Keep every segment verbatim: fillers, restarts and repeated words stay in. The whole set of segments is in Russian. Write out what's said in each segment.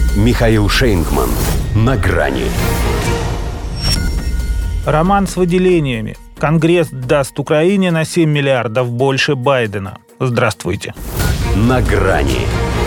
Михаил Шейнгман. На грани. Роман с выделениями. Конгресс даст Украине на семь миллиардов больше Байдена. Здравствуйте. На грани.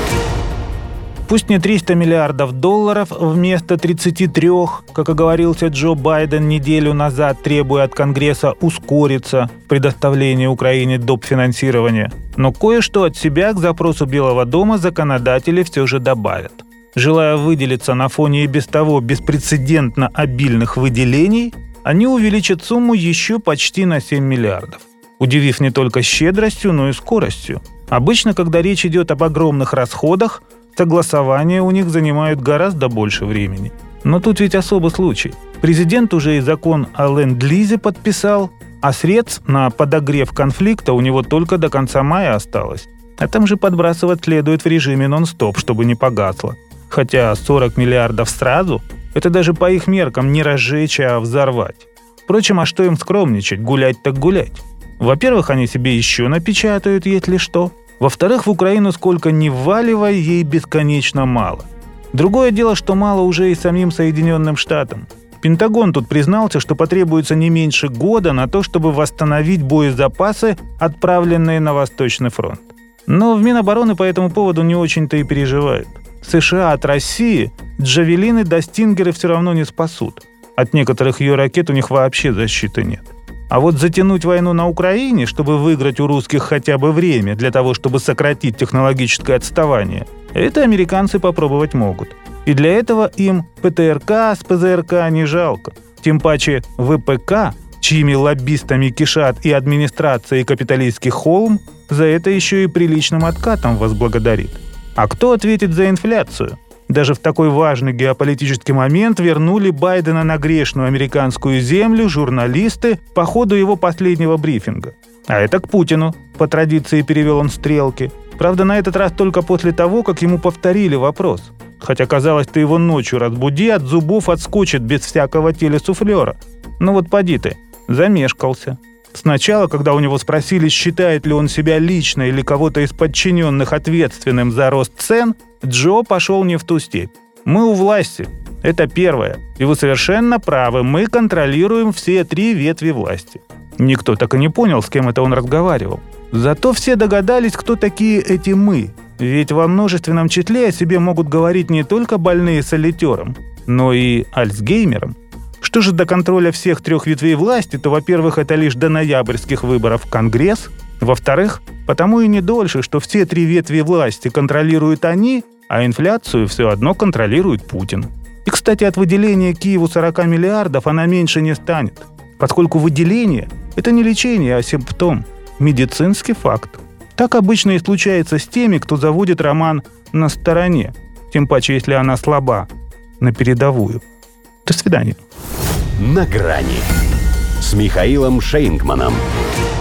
Пусть не триста миллиардов долларов вместо тридцати трёх, как оговорился Джо Байден неделю назад, требуя от Конгресса ускориться в предоставлении Украине доп. Финансирования, но кое-что от себя к запросу Белого дома законодатели все же добавят. Желая выделиться на фоне и без того беспрецедентно обильных выделений, они увеличат сумму еще почти на семь миллиардов, удивив не только щедростью, но и скоростью. Обычно, когда речь идет об огромных расходах, согласования у них занимают гораздо больше времени. Но тут ведь особый случай. Президент уже и закон о ленд-лизе подписал, а средств на подогрев конфликта у него только до конца мая осталось. А там же подбрасывать следует в режиме нон-стоп, чтобы не погасло. Хотя сорок миллиардов сразу – это даже по их меркам не разжечь, а взорвать. Впрочем, а что им скромничать, гулять так гулять? Во-первых, они себе еще напечатают, если что. Во-вторых, в Украину сколько ни вваливай, ей бесконечно мало. Другое дело, что мало уже и самим Соединенным Штатам. Пентагон тут признался, что потребуется не меньше года на то, чтобы восстановить боезапасы, отправленные на Восточный фронт. Но в Минобороны по этому поводу не очень-то и переживают. США от России джавелины да стингеры все равно не спасут. От некоторых ее ракет у них вообще защиты нет. А вот затянуть войну на Украине, чтобы выиграть у русских хотя бы время для того, чтобы сократить технологическое отставание, это американцы попробовать могут. И для этого им ПТРК с ПЗРК не жалко. Тем паче ВПК, чьими лоббистами кишат и администрация, и капиталистский холм, за это еще и приличным откатом возблагодарит. А кто ответит за инфляцию? Даже в такой важный геополитический момент вернули Байдена на грешную американскую землю журналисты по ходу его последнего брифинга. А это к Путину. По традиции перевел он стрелки. Правда, на этот раз только после того, как ему повторили вопрос. Хотя, казалось, ты его ночью разбуди, от зубов отскочит без всякого телесуфлера. Ну вот поди ты, замешкался. Сначала, когда у него спросили, считает ли он себя лично или кого-то из подчиненных ответственным за рост цен, Джо пошел не в ту степь. Мы у власти. Это первое. И вы совершенно правы, мы контролируем все три ветви власти. Никто так и не понял, с кем это он разговаривал. Зато все догадались, кто такие эти «мы». Ведь во множественном числе о себе могут говорить не только больные солитером, но и альцгеймером. Что же до контроля всех трех ветвей власти, то, во-первых, это лишь до ноябрьских выборов в Конгресс. Во-вторых, потому и не дольше, что все три ветви власти контролируют они, а инфляцию все одно контролирует Путин. И, кстати, от выделения Киеву сорок миллиардов она меньше не станет, поскольку выделение – это не лечение, а симптом, медицинский факт. Так обычно и случается с теми, кто заводит роман на стороне, тем паче, если она слаба, на передовую. До свидания. На грани с Михаилом Шейнгманом.